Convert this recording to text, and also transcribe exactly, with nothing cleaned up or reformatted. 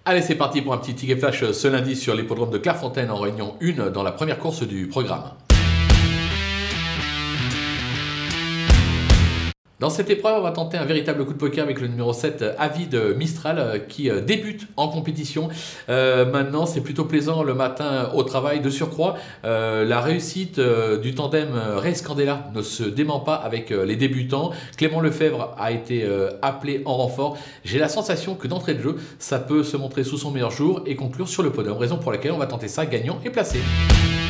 Allez, c'est parti pour un petit ticket flash ce lundi sur l'hippodrome de Clairefontaine en réunion un dans la première course du programme. Dans cette épreuve, on va tenter un véritable coup de poker avec le numéro sept, Avid Mistral, qui débute en compétition. Euh, maintenant, c'est plutôt plaisant le matin au travail. De surcroît, euh, la réussite euh, du tandem Ray Scandella ne se dément pas avec euh, les débutants. Clément Lefebvre a été euh, appelé en renfort. J'ai la sensation que d'entrée de jeu, ça peut se montrer sous son meilleur jour et conclure sur le podium. Raison pour laquelle on va tenter ça gagnant et placé.